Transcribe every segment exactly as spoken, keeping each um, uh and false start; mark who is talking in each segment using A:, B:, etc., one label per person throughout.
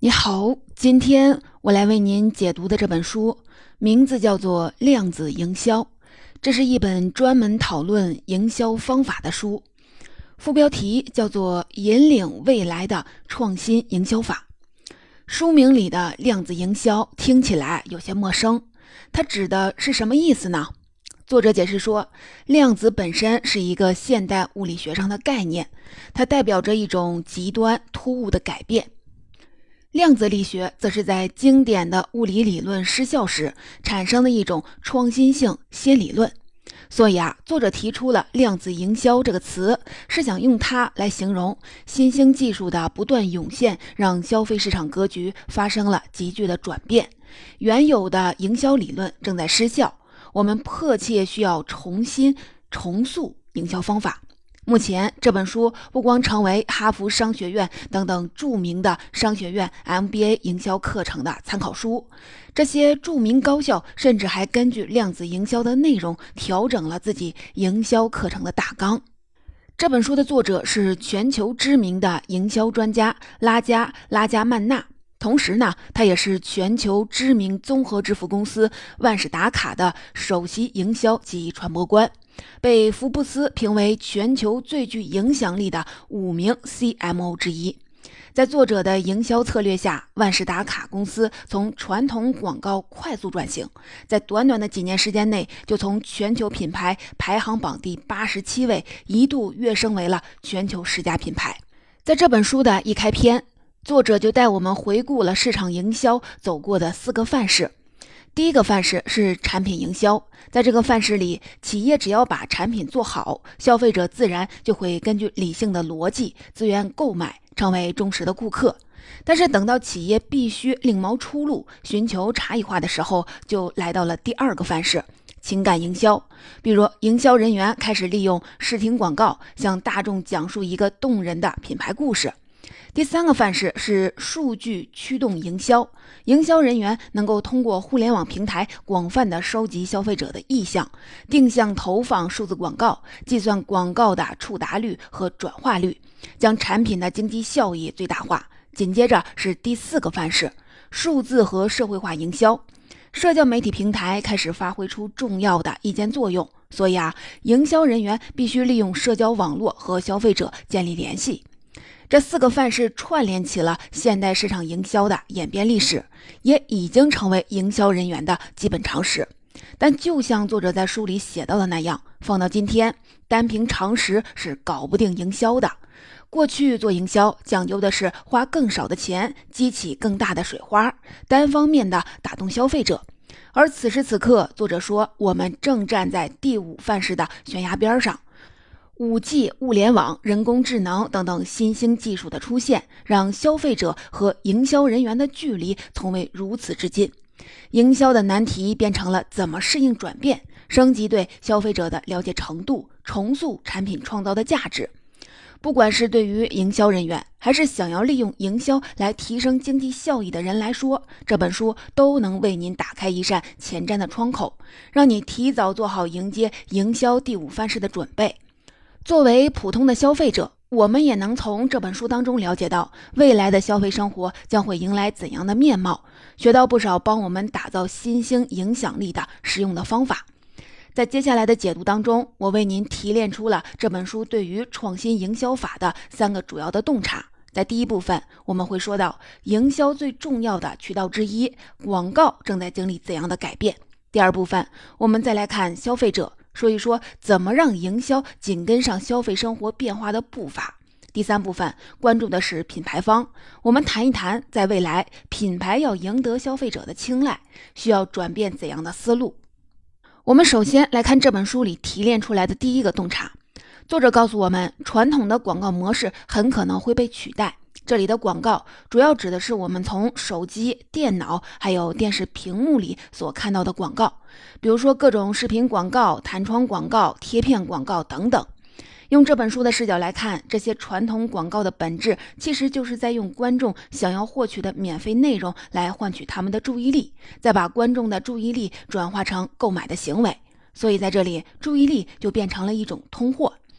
A: 你好，今天我来为您解读的这本书，名字叫做《量子营销》，这是一本专门讨论营销方法的书，副标题叫做《引领未来的创新营销法》。书名里的量子营销听起来有些陌生，它指的是什么意思呢？作者解释说，量子本身是一个现代物理学上的概念，它代表着一种极端突兀的改变。量子力学则是在经典的物理理论失效时产生的一种创新性新理论。所以啊，作者提出了量子营销这个词，是想用它来形容新兴技术的不断涌现，让消费市场格局发生了急剧的转变。原有的营销理论正在失效，我们迫切需要重新重塑营销方法。目前这本书不光成为哈佛商学院等等著名的商学院 M B A 营销课程的参考书，这些著名高校甚至还根据量子营销的内容调整了自己营销课程的大纲。这本书的作者是全球知名的营销专家拉加拉加曼纳，同时呢，他也是全球知名综合支付公司万事达卡的首席营销及传播官，被福布斯评为全球最具影响力的五名 C M O 之一。在作者的营销策略下，万事达卡公司从传统广告快速转型，在短短的几年时间内，就从全球品牌排行榜第八十七位一度跃升为了全球十佳品牌。在这本书的一开篇，作者就带我们回顾了市场营销走过的四个范式。第一个范式是产品营销，在这个范式里，企业只要把产品做好，消费者自然就会根据理性的逻辑自愿购买，成为忠实的顾客。但是等到企业必须另谋出路，寻求差异化的时候，就来到了第二个范式，情感营销。比如营销人员开始利用视听广告向大众讲述一个动人的品牌故事。第三个范式是数据驱动营销，营销人员能够通过互联网平台广泛的收集消费者的意向，定向投放数字广告，计算广告的触达率和转化率，将产品的经济效益最大化。紧接着是第四个范式，数字和社会化营销。社交媒体平台开始发挥出重要的意见作用，所以啊，营销人员必须利用社交网络和消费者建立联系。这四个范式串联起了现代市场营销的演变历史，也已经成为营销人员的基本常识。但就像作者在书里写到的那样，放到今天，单凭常识是搞不定营销的。过去做营销讲究的是花更少的钱，激起更大的水花，单方面的打动消费者。而此时此刻，作者说我们正站在第五范式的悬崖边上。五 G、物联网、人工智能等等新兴技术的出现，让消费者和营销人员的距离从未如此之近。营销的难题变成了怎么适应转变，升级对消费者的了解程度，重塑产品创造的价值。不管是对于营销人员，还是想要利用营销来提升经济效益的人来说，这本书都能为您打开一扇前瞻的窗口，让你提早做好迎接营销第五范式的准备。作为普通的消费者，我们也能从这本书当中了解到未来的消费生活将会迎来怎样的面貌，学到不少帮我们打造新兴影响力的实用的方法。在接下来的解读当中，我为您提炼出了这本书对于创新营销法的三个主要的洞察。在第一部分，我们会说到营销最重要的渠道之一，广告正在经历怎样的改变。第二部分，我们再来看消费者，说一说怎么让营销紧跟上消费生活变化的步伐。第三部分关注的是品牌方，我们谈一谈在未来品牌要赢得消费者的青睐，需要转变怎样的思路。我们首先来看这本书里提炼出来的第一个洞察。作者告诉我们，传统的广告模式很可能会被取代。这里的广告主要指的是我们从手机、电脑还有电视屏幕里所看到的广告，比如说各种视频广告、弹窗广告、贴片广告等等。用这本书的视角来看，这些传统广告的本质其实就是在用观众想要获取的免费内容来换取他们的注意力，再把观众的注意力转化成购买的行为。所以在这里，注意力就变成了一种通货。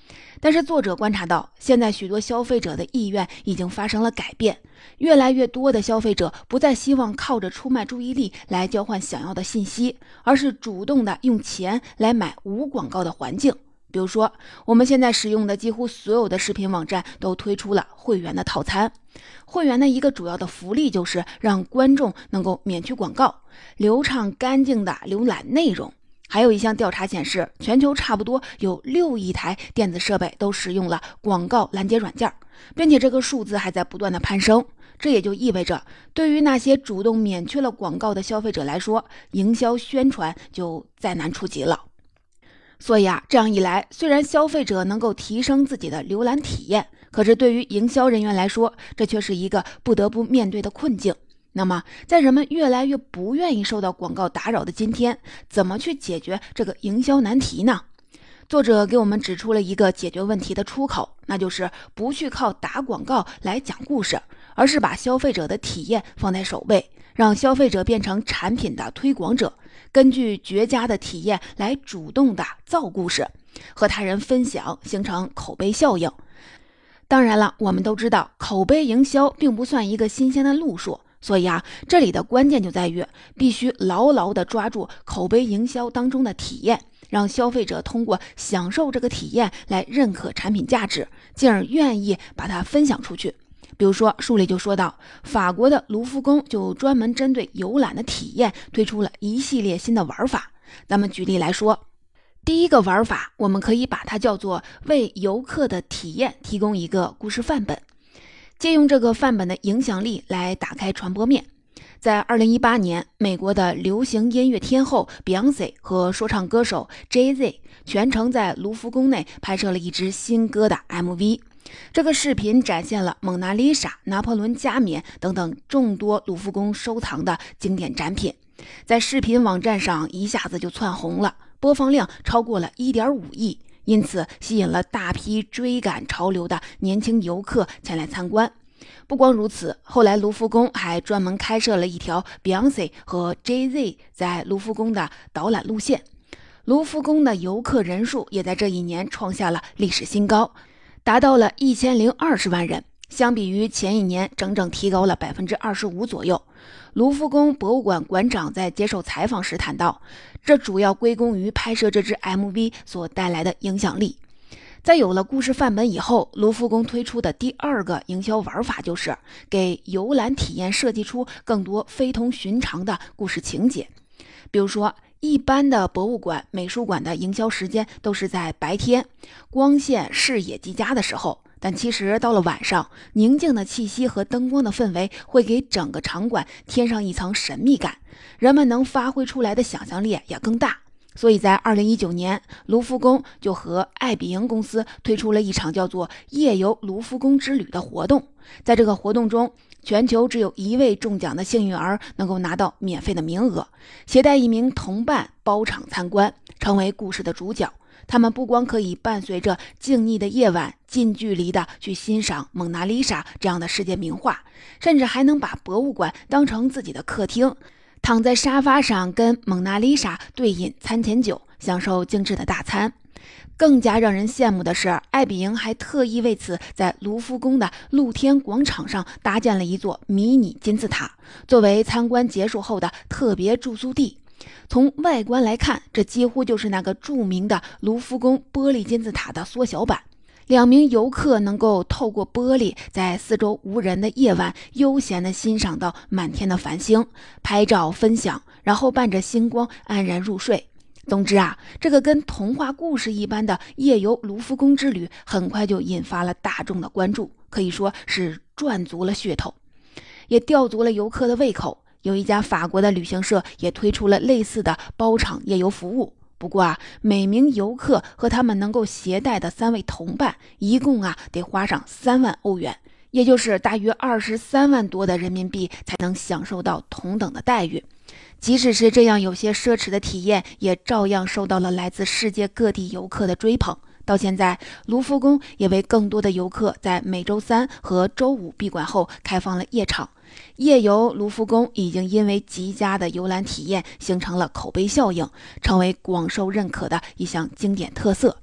A: 但是作者观察到，现在许多消费者的意愿已经发生了改变，越来越多的消费者不再希望靠着出卖注意力来交换想要的信息，而是主动的用钱来买无广告的环境。比如说，我们现在使用的几乎所有的视频网站都推出了会员的套餐。会员的一个主要的福利就是让观众能够免去广告，流畅干净的浏览内容。还有一项调查显示，全球差不多有六亿台电子设备都使用了广告拦截软件，并且这个数字还在不断的攀升。这也就意味着，对于那些主动免去了广告的消费者来说，营销宣传就再难触及了。所以啊，这样一来，虽然消费者能够提升自己的浏览体验，可是对于营销人员来说，这却是一个不得不面对的困境。那么，在人们越来越不愿意受到广告打扰的今天，怎么去解决这个营销难题呢？作者给我们指出了一个解决问题的出口，那就是不去靠打广告来讲故事，而是把消费者的体验放在首位，让消费者变成产品的推广者，根据绝佳的体验来主动的造故事，和他人分享，形成口碑效应。当然了，我们都知道口碑营销并不算一个新鲜的路数，所以啊，这里的关键就在于必须牢牢地抓住口碑营销当中的体验，让消费者通过享受这个体验来认可产品价值，进而愿意把它分享出去。比如说，书里就说到，法国的卢浮宫就专门针对游览的体验推出了一系列新的玩法。咱们举例来说，第一个玩法，我们可以把它叫做为游客的体验提供一个故事范本，借用这个范本的影响力来打开传播面。在二零一八年，美国的流行音乐天后 Beyonce 和说唱歌手 Jay-Z 全程在卢浮宫内拍摄了一支新歌的 M V。 这个视频展现了蒙娜丽莎、拿破仑加冕等等众多卢浮宫收藏的经典展品，在视频网站上一下子就窜红了，播放量超过了 一点五亿，因此吸引了大批追赶潮流的年轻游客前来参观。不光如此，后来卢浮宫还专门开设了一条 Beyonce 和 Jay-Z 在卢浮宫的导览路线。卢浮宫的游客人数也在这一年创下了历史新高，达到了一千零二十万人，相比于前一年整整提高了 百分之二十五 左右。卢浮宫博物馆馆长在接受采访时谈到，这主要归功于拍摄这支 M V 所带来的影响力。在有了故事范本以后，卢浮宫推出的第二个营销玩法就是给游览体验设计出更多非同寻常的故事情节。比如说，一般的博物馆、美术馆的营销时间都是在白天，光线、视野极佳的时候，但其实到了晚上，宁静的气息和灯光的氛围会给整个场馆添上一层神秘感，人们能发挥出来的想象力也更大。所以在二零一九年，卢浮宫就和爱彼迎公司推出了一场叫做夜游卢浮宫之旅的活动。在这个活动中，全球只有一位中奖的幸运儿能够拿到免费的名额，携带一名同伴包场参观，成为故事的主角。他们不光可以伴随着静谧的夜晚近距离的去欣赏蒙娜丽莎这样的世界名画，甚至还能把博物馆当成自己的客厅，躺在沙发上跟蒙娜丽莎对饮餐前酒，享受精致的大餐。更加让人羡慕的是，爱彼迎还特意为此在卢浮宫的露天广场上搭建了一座迷你金字塔，作为参观结束后的特别住宿地。从外观来看，这几乎就是那个著名的卢浮宫玻璃金字塔的缩小版。两名游客能够透过玻璃，在四周无人的夜晚悠闲地欣赏到满天的繁星，拍照分享，然后伴着星光安然入睡。总之啊，这个跟童话故事一般的夜游卢浮宫之旅很快就引发了大众的关注，可以说是赚足了噱头，也吊足了游客的胃口。有一家法国的旅行社也推出了类似的包场夜游服务，不过啊，每名游客和他们能够携带的三位同伴，一共啊得花上三万欧元，也就是大约二十三万多的人民币，才能享受到同等的待遇。即使是这样有些奢侈的体验，也照样受到了来自世界各地游客的追捧。到现在，卢浮宫也为更多的游客在每周三和周五闭馆后开放了夜场。夜游卢浮宫已经因为极佳的游览体验形成了口碑效应，成为广受认可的一项经典特色。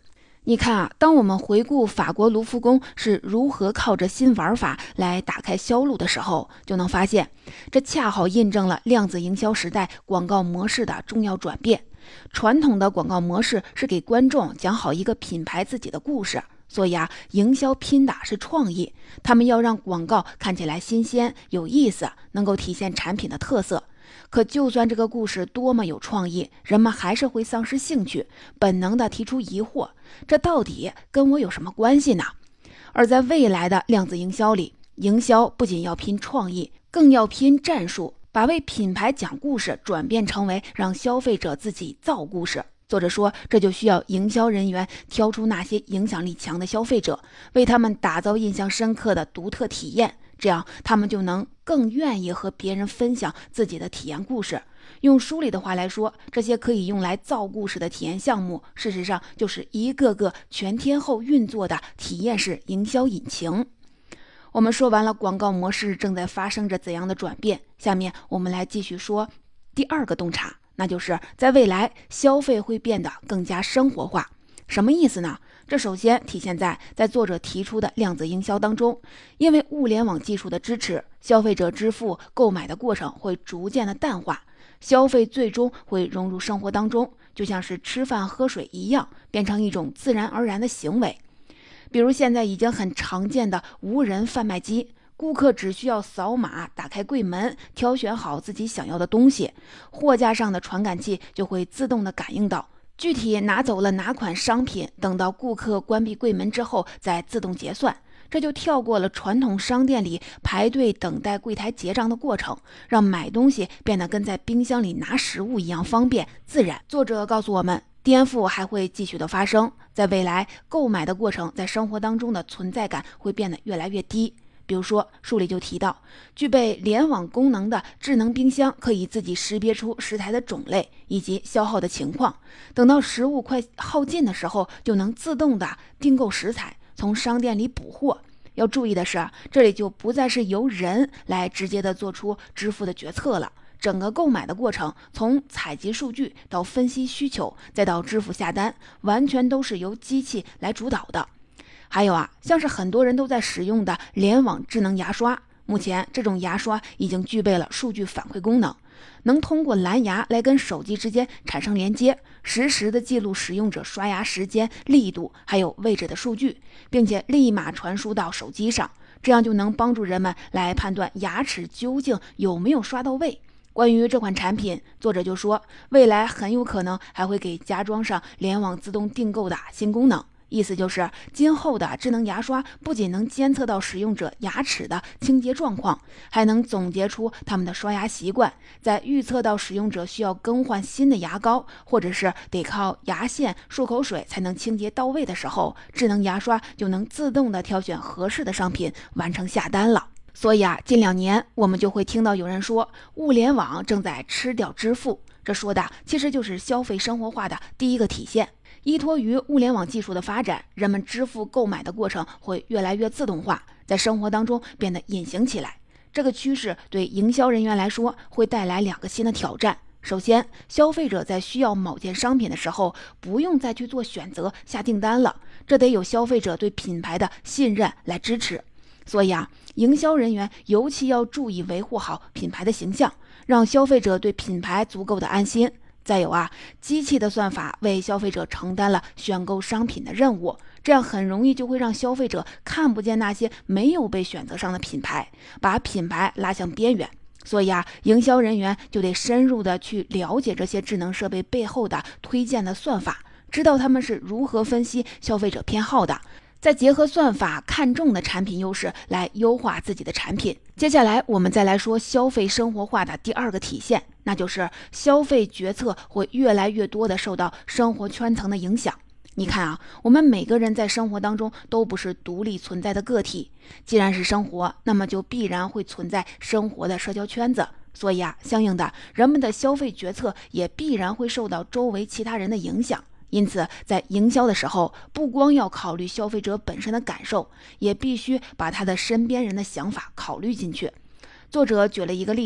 A: 你看啊，当我们回顾法国卢浮宫是如何靠着新玩法来打开销路的时候，就能发现，这恰好印证了量子营销时代广告模式的重要转变。传统的广告模式是给观众讲好一个品牌自己的故事，所以啊，营销拼的是创意，他们要让广告看起来新鲜有意思，能够体现产品的特色。可就算这个故事多么有创意，人们还是会丧失兴趣，本能地提出疑惑，这到底跟我有什么关系呢？而在未来的量子营销里，营销不仅要拼创意，更要拼战术，把为品牌讲故事转变成为让消费者自己造故事。作者说，这就需要营销人员挑出那些影响力强的消费者，为他们打造印象深刻的独特体验，这样他们就能更愿意和别人分享自己的体验故事。用书里的话来说，这些可以用来造故事的体验项目，事实上就是一个个全天候运作的体验式营销引擎。我们说完了广告模式正在发生着怎样的转变，下面我们来继续说第二个洞察，那就是在未来消费会变得更加生活化。什么意思呢？这首先体现在在作者提出的量子营销当中，因为物联网技术的支持，消费者支付购买的过程会逐渐的淡化，消费最终会融入生活当中，就像是吃饭喝水一样，变成一种自然而然的行为。比如现在已经很常见的无人贩卖机，顾客只需要扫码打开柜门，挑选好自己想要的东西，货架上的传感器就会自动的感应到具体拿走了哪款商品，等到顾客关闭柜门之后再自动结算，这就跳过了传统商店里排队等待柜台结账的过程，让买东西变得跟在冰箱里拿食物一样方便自然。作者告诉我们，颠覆还会继续的发生，在未来购买的过程在生活当中的存在感会变得越来越低。比如说书里就提到，具备联网功能的智能冰箱可以自己识别出食材的种类以及消耗的情况，等到食物快耗尽的时候就能自动的订购食材，从商店里补货。要注意的是，这里就不再是由人来直接的做出支付的决策了，整个购买的过程，从采集数据到分析需求再到支付下单，完全都是由机器来主导的。还有啊，像是很多人都在使用的联网智能牙刷，目前这种牙刷已经具备了数据反馈功能，能通过蓝牙来跟手机之间产生连接，实时的记录使用者刷牙时间、力度还有位置的数据，并且立马传输到手机上，这样就能帮助人们来判断牙齿究竟有没有刷到位。关于这款产品，作者就说，未来很有可能还会给加装上联网自动订购的新功能。意思就是，今后的智能牙刷不仅能监测到使用者牙齿的清洁状况，还能总结出他们的刷牙习惯，在预测到使用者需要更换新的牙膏，或者是得靠牙线、漱口水才能清洁到位的时候，智能牙刷就能自动的挑选合适的商品，完成下单了。所以啊，近两年我们就会听到有人说，物联网正在吃掉支付，这说的其实就是消费生活化的第一个体现。依托于物联网技术的发展，人们支付购买的过程会越来越自动化，在生活当中变得隐形起来。这个趋势对营销人员来说会带来两个新的挑战。首先，消费者在需要某件商品的时候，不用再去做选择下订单了，这得有消费者对品牌的信任来支持。所以啊，营销人员尤其要注意维护好品牌的形象，让消费者对品牌足够的安心。再有啊，机器的算法为消费者承担了选购商品的任务，这样很容易就会让消费者看不见那些没有被选择上的品牌，把品牌拉向边缘。所以啊，营销人员就得深入的去了解这些智能设备背后的推荐的算法，知道他们是如何分析消费者偏好的，再结合算法看中的产品优势来优化自己的产品。接下来我们再来说消费生活化的第二个体现，那就是消费决策会越来越多的受到生活圈层的影响。你看啊，我们每个人在生活当中都不是独立存在的个体，既然是生活，那么就必然会存在生活的社交圈子，所以啊，相应的人们的消费决策也必然会受到周围其他人的影响。因此在营销的时候，不光要考虑消费者本身的感受，也必须把他的身边人的想法考虑进去。作者举了一个例子，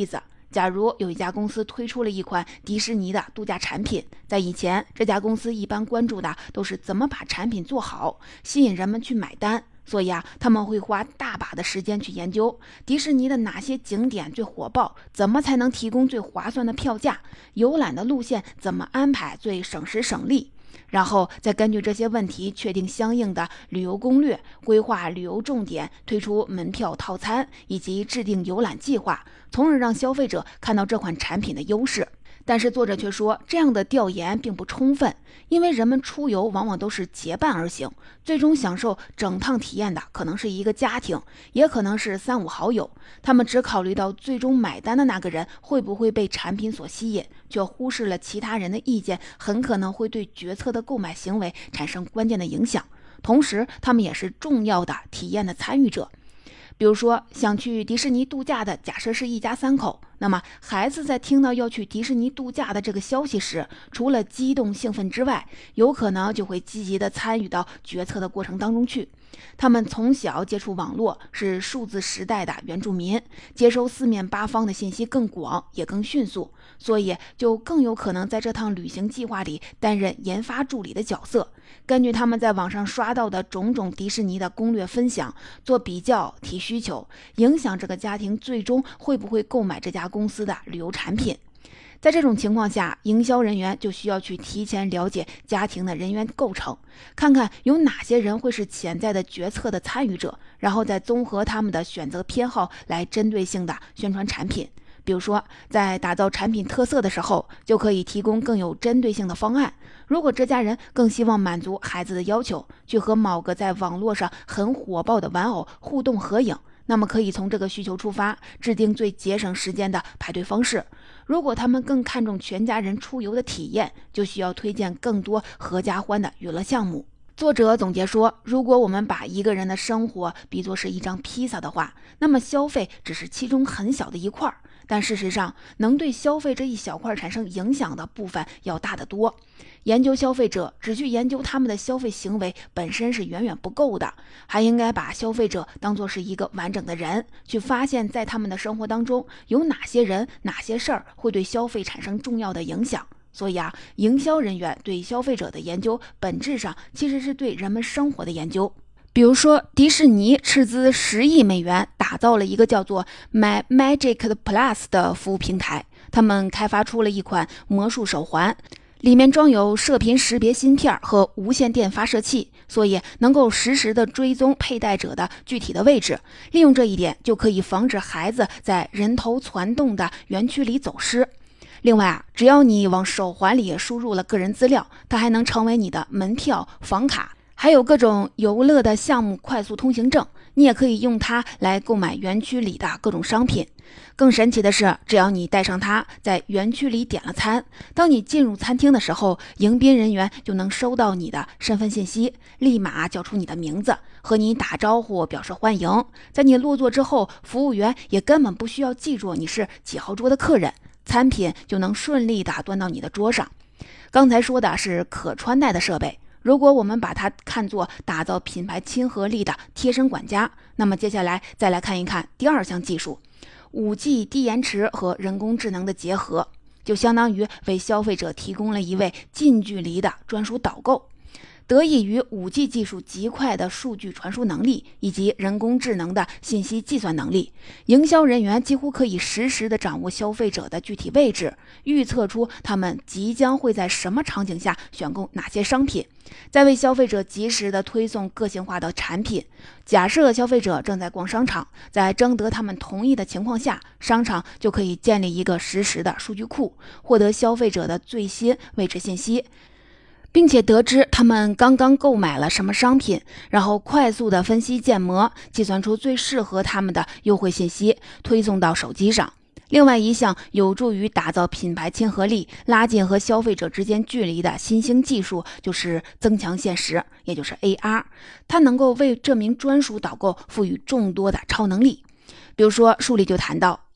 A: 假如有一家公司推出了一款迪士尼的度假产品，在以前，这家公司一般关注的都是怎么把产品做好，吸引人们去买单。所以啊，他们会花大把的时间去研究迪士尼的哪些景点最火爆，怎么才能提供最划算的票价，游览的路线怎么安排最省时省力。然后再根据这些问题确定相应的旅游攻略，规划旅游重点，推出门票套餐，以及制定游览计划，从而让消费者看到这款产品的优势。但是作者却说，这样的调研并不充分，因为人们出游往往都是结伴而行，最终享受整趟体验的可能是一个家庭，也可能是三五好友。他们只考虑到最终买单的那个人会不会被产品所吸引，却忽视了其他人的意见很可能会对决策的购买行为产生关键的影响。同时，他们也是重要的体验的参与者。比如说，想去迪士尼度假的假设是一家三口，那么孩子在听到要去迪士尼度假的这个消息时，除了激动兴奋之外，有可能就会积极的参与到决策的过程当中去。他们从小接触网络，是数字时代的原住民，接收四面八方的信息更广也更迅速，所以就更有可能在这趟旅行计划里担任研发助理的角色。根据他们在网上刷到的种种迪士尼的攻略分享，做比较，提需求，影响这个家庭最终会不会购买这家公司的旅游产品。在这种情况下，营销人员就需要去提前了解家庭的人员构成，看看有哪些人会是潜在的决策的参与者，然后再综合他们的选择偏好来针对性的宣传产品。比如说，在打造产品特色的时候，就可以提供更有针对性的方案。如果这家人更希望满足孩子的要求，去和某个在网络上很火爆的玩偶互动合影，那么可以从这个需求出发，制定最节省时间的排队方式。如果他们更看重全家人出游的体验，就需要推荐更多合家欢的娱乐项目。作者总结说，如果我们把一个人的生活比作是一张披萨的话，那么消费只是其中很小的一块，但事实上能对消费这一小块产生影响的部分要大得多。研究消费者只去研究他们的消费行为本身是远远不够的，还应该把消费者当作是一个完整的人，去发现在他们的生活当中有哪些人哪些事儿会对消费产生重要的影响。所以啊，营销人员对消费者的研究本质上其实是对人们生活的研究。比如说，迪士尼斥资十亿美元打造了一个叫做 My Magic Plus 的服务平台，他们开发出了一款魔术手环，里面装有射频识别芯片和无线电发射器，所以能够实时的追踪佩戴者的具体的位置。利用这一点，就可以防止孩子在人头攒动的园区里走失。另外啊，只要你往手环里输入了个人资料，它还能成为你的门票、房卡，还有各种游乐的项目快速通行证。你也可以用它来购买园区里的各种商品。更神奇的是，只要你带上它，在园区里点了餐，当你进入餐厅的时候，迎宾人员就能收到你的身份信息，立马叫出你的名字，和你打招呼表示欢迎。在你落座之后，服务员也根本不需要记住你是几号桌的客人，餐品就能顺利地端到你的桌上。刚才说的是可穿戴的设备，如果我们把它看作打造品牌亲和力的贴身管家，那么接下来再来看一看第二项技术， 五 G 低延迟和人工智能的结合，就相当于为消费者提供了一位近距离的专属导购。得益于 五 G 技术极快的数据传输能力以及人工智能的信息计算能力，营销人员几乎可以实时地掌握消费者的具体位置，预测出他们即将会在什么场景下选购哪些商品，再为消费者及时地推送个性化的产品。假设消费者正在逛商场，在征得他们同意的情况下，商场就可以建立一个实时的数据库，获得消费者的最新位置信息，并且得知他们刚刚购买了什么商品，然后快速的分析建模，计算出最适合他们的优惠信息，推送到手机上。另外一项有助于打造品牌亲和力、拉近和消费者之间距离的新兴技术，就是增强现实，也就是 A R。 它能够为这名专属导购赋予众多的超能力。比如说，书里就谈到，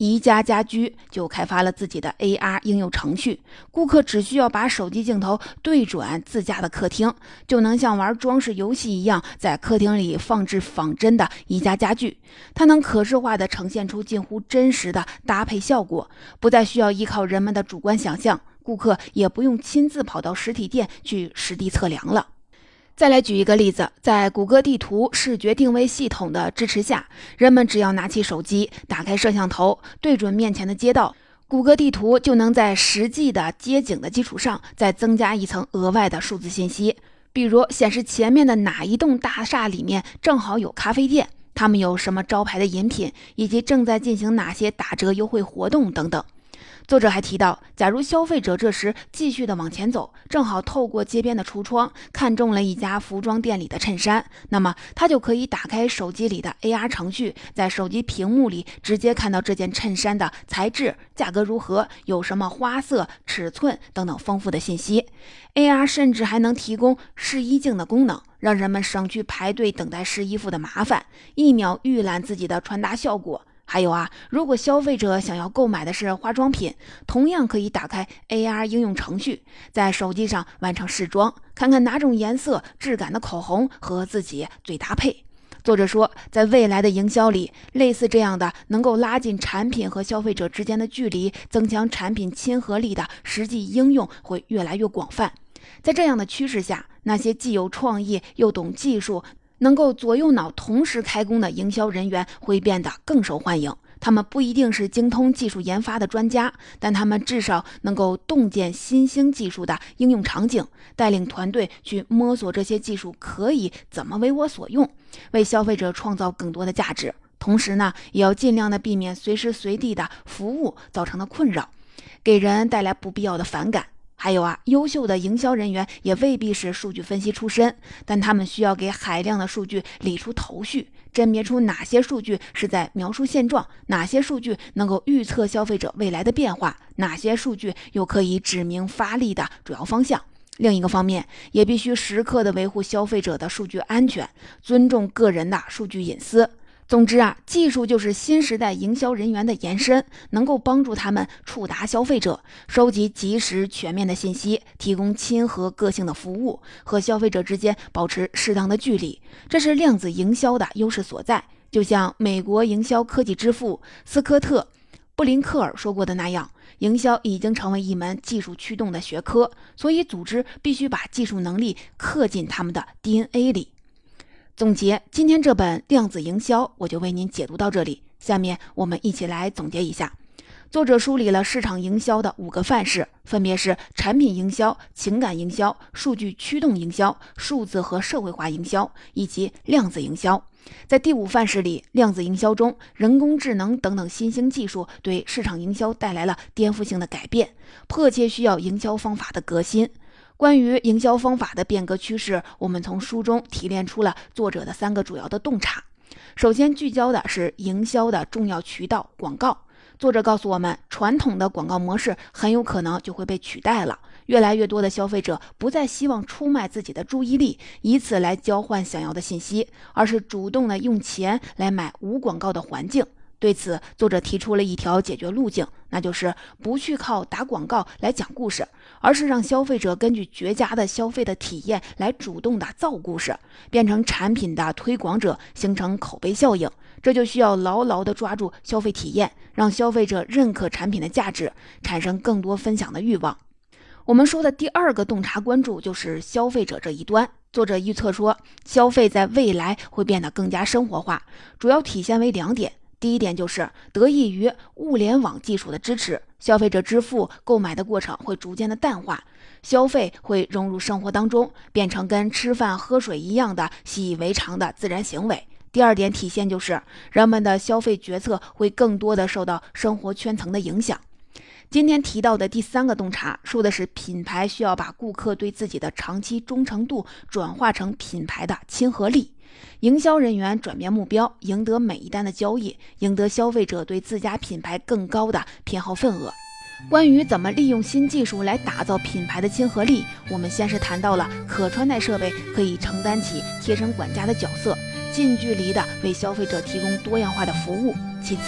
A: 宜家家居就开发了自己的 A R 应用程序，顾客只需要把手机镜头对准自家的客厅，就能像玩装饰游戏一样，在客厅里放置仿真的宜家家具。它能可视化地呈现出近乎真实的搭配效果，不再需要依靠人们的主观想象，顾客也不用亲自跑到实体店去实地测量了。再来举一个例子，在谷歌地图视觉定位系统的支持下，人们只要拿起手机，打开摄像头，对准面前的街道，谷歌地图就能在实际的街景的基础上再增加一层额外的数字信息，比如显示前面的哪一栋大厦里面正好有咖啡店，他们有什么招牌的饮品，以及正在进行哪些打折优惠活动等等。作者还提到，假如消费者这时继续的往前走，正好透过街边的橱窗看中了一家服装店里的衬衫，那么他就可以打开手机里的 A R 程序，在手机屏幕里直接看到这件衬衫的材质、价格如何、有什么花色、尺寸等等丰富的信息。 A R 甚至还能提供试衣镜的功能，让人们省去排队等待试衣服的麻烦，一秒预览自己的穿搭效果。还有啊，如果消费者想要购买的是化妆品，同样可以打开 A R 应用程序，在手机上完成试妆，看看哪种颜色、质感的口红和自己最搭配。作者说，在未来的营销里，类似这样的能够拉近产品和消费者之间的距离，增强产品亲和力的实际应用会越来越广泛。在这样的趋势下，那些既有创意又懂技术，能够左右脑同时开工的营销人员会变得更受欢迎。他们不一定是精通技术研发的专家，但他们至少能够洞见新兴技术的应用场景，带领团队去摸索这些技术可以怎么为我所用，为消费者创造更多的价值。同时呢，也要尽量的避免随时随地的服务造成的困扰，给人带来不必要的反感。还有啊，优秀的营销人员也未必是数据分析出身，但他们需要给海量的数据理出头绪，甄别出哪些数据是在描述现状，哪些数据能够预测消费者未来的变化，哪些数据又可以指明发力的主要方向。另一个方面，也必须时刻的维护消费者的数据安全，尊重个人的数据隐私。总之啊，技术就是新时代营销人员的延伸，能够帮助他们触达消费者，收集及时全面的信息，提供亲和个性的服务，和消费者之间保持适当的距离。这是量子营销的优势所在。就像美国营销科技之父斯科特·布林克尔说过的那样，营销已经成为一门技术驱动的学科，所以组织必须把技术能力刻进他们的 D N A 里。总结今天这本量子营销，我就为您解读到这里。下面我们一起来总结一下。作者梳理了市场营销的五个范式，分别是产品营销、情感营销、数据驱动营销、数字和社会化营销以及量子营销。在第五范式里，量子营销中，人工智能等等新兴技术对市场营销带来了颠覆性的改变，迫切需要营销方法的革新。关于营销方法的变革趋势，我们从书中提炼出了作者的三个主要的洞察。首先聚焦的是营销的重要渠道——广告。作者告诉我们，传统的广告模式很有可能就会被取代了。越来越多的消费者不再希望出卖自己的注意力，以此来交换想要的信息，而是主动的用钱来买无广告的环境。对此，作者提出了一条解决路径，那就是不去靠打广告来讲故事，而是让消费者根据绝佳的消费的体验来主动的造故事，变成产品的推广者，形成口碑效应。这就需要牢牢地抓住消费体验，让消费者认可产品的价值，产生更多分享的欲望。我们说的第二个洞察关注就是消费者这一端。作者预测说，消费在未来会变得更加生活化，主要体现为两点。第一点就是得益于物联网技术的支持，消费者支付购买的过程会逐渐的淡化，消费会融入生活当中，变成跟吃饭喝水一样的习以为常的自然行为。第二点体现就是人们的消费决策会更多的受到生活圈层的影响。今天提到的第三个洞察，说的是品牌需要把顾客对自己的长期忠诚度转化成品牌的亲和力。营销人员转变目标，赢得每一单的交易，赢得消费者对自家品牌更高的偏好份额。关于怎么利用新技术来打造品牌的亲和力，我们先是谈到了可穿戴设备可以承担起贴身管家的角色，近距离的为消费者提供多样化的服务。其次，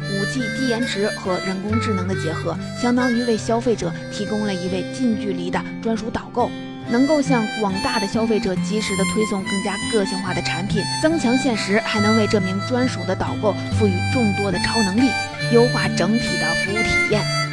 A: 五 G 低延迟和人工智能的结合，相当于为消费者提供了一位近距离的专属导购，能够向广大的消费者及时的推送更加个性化的产品，增强现实，还能为这名专属的导购赋予众多的超能力，优化整体的服务体验。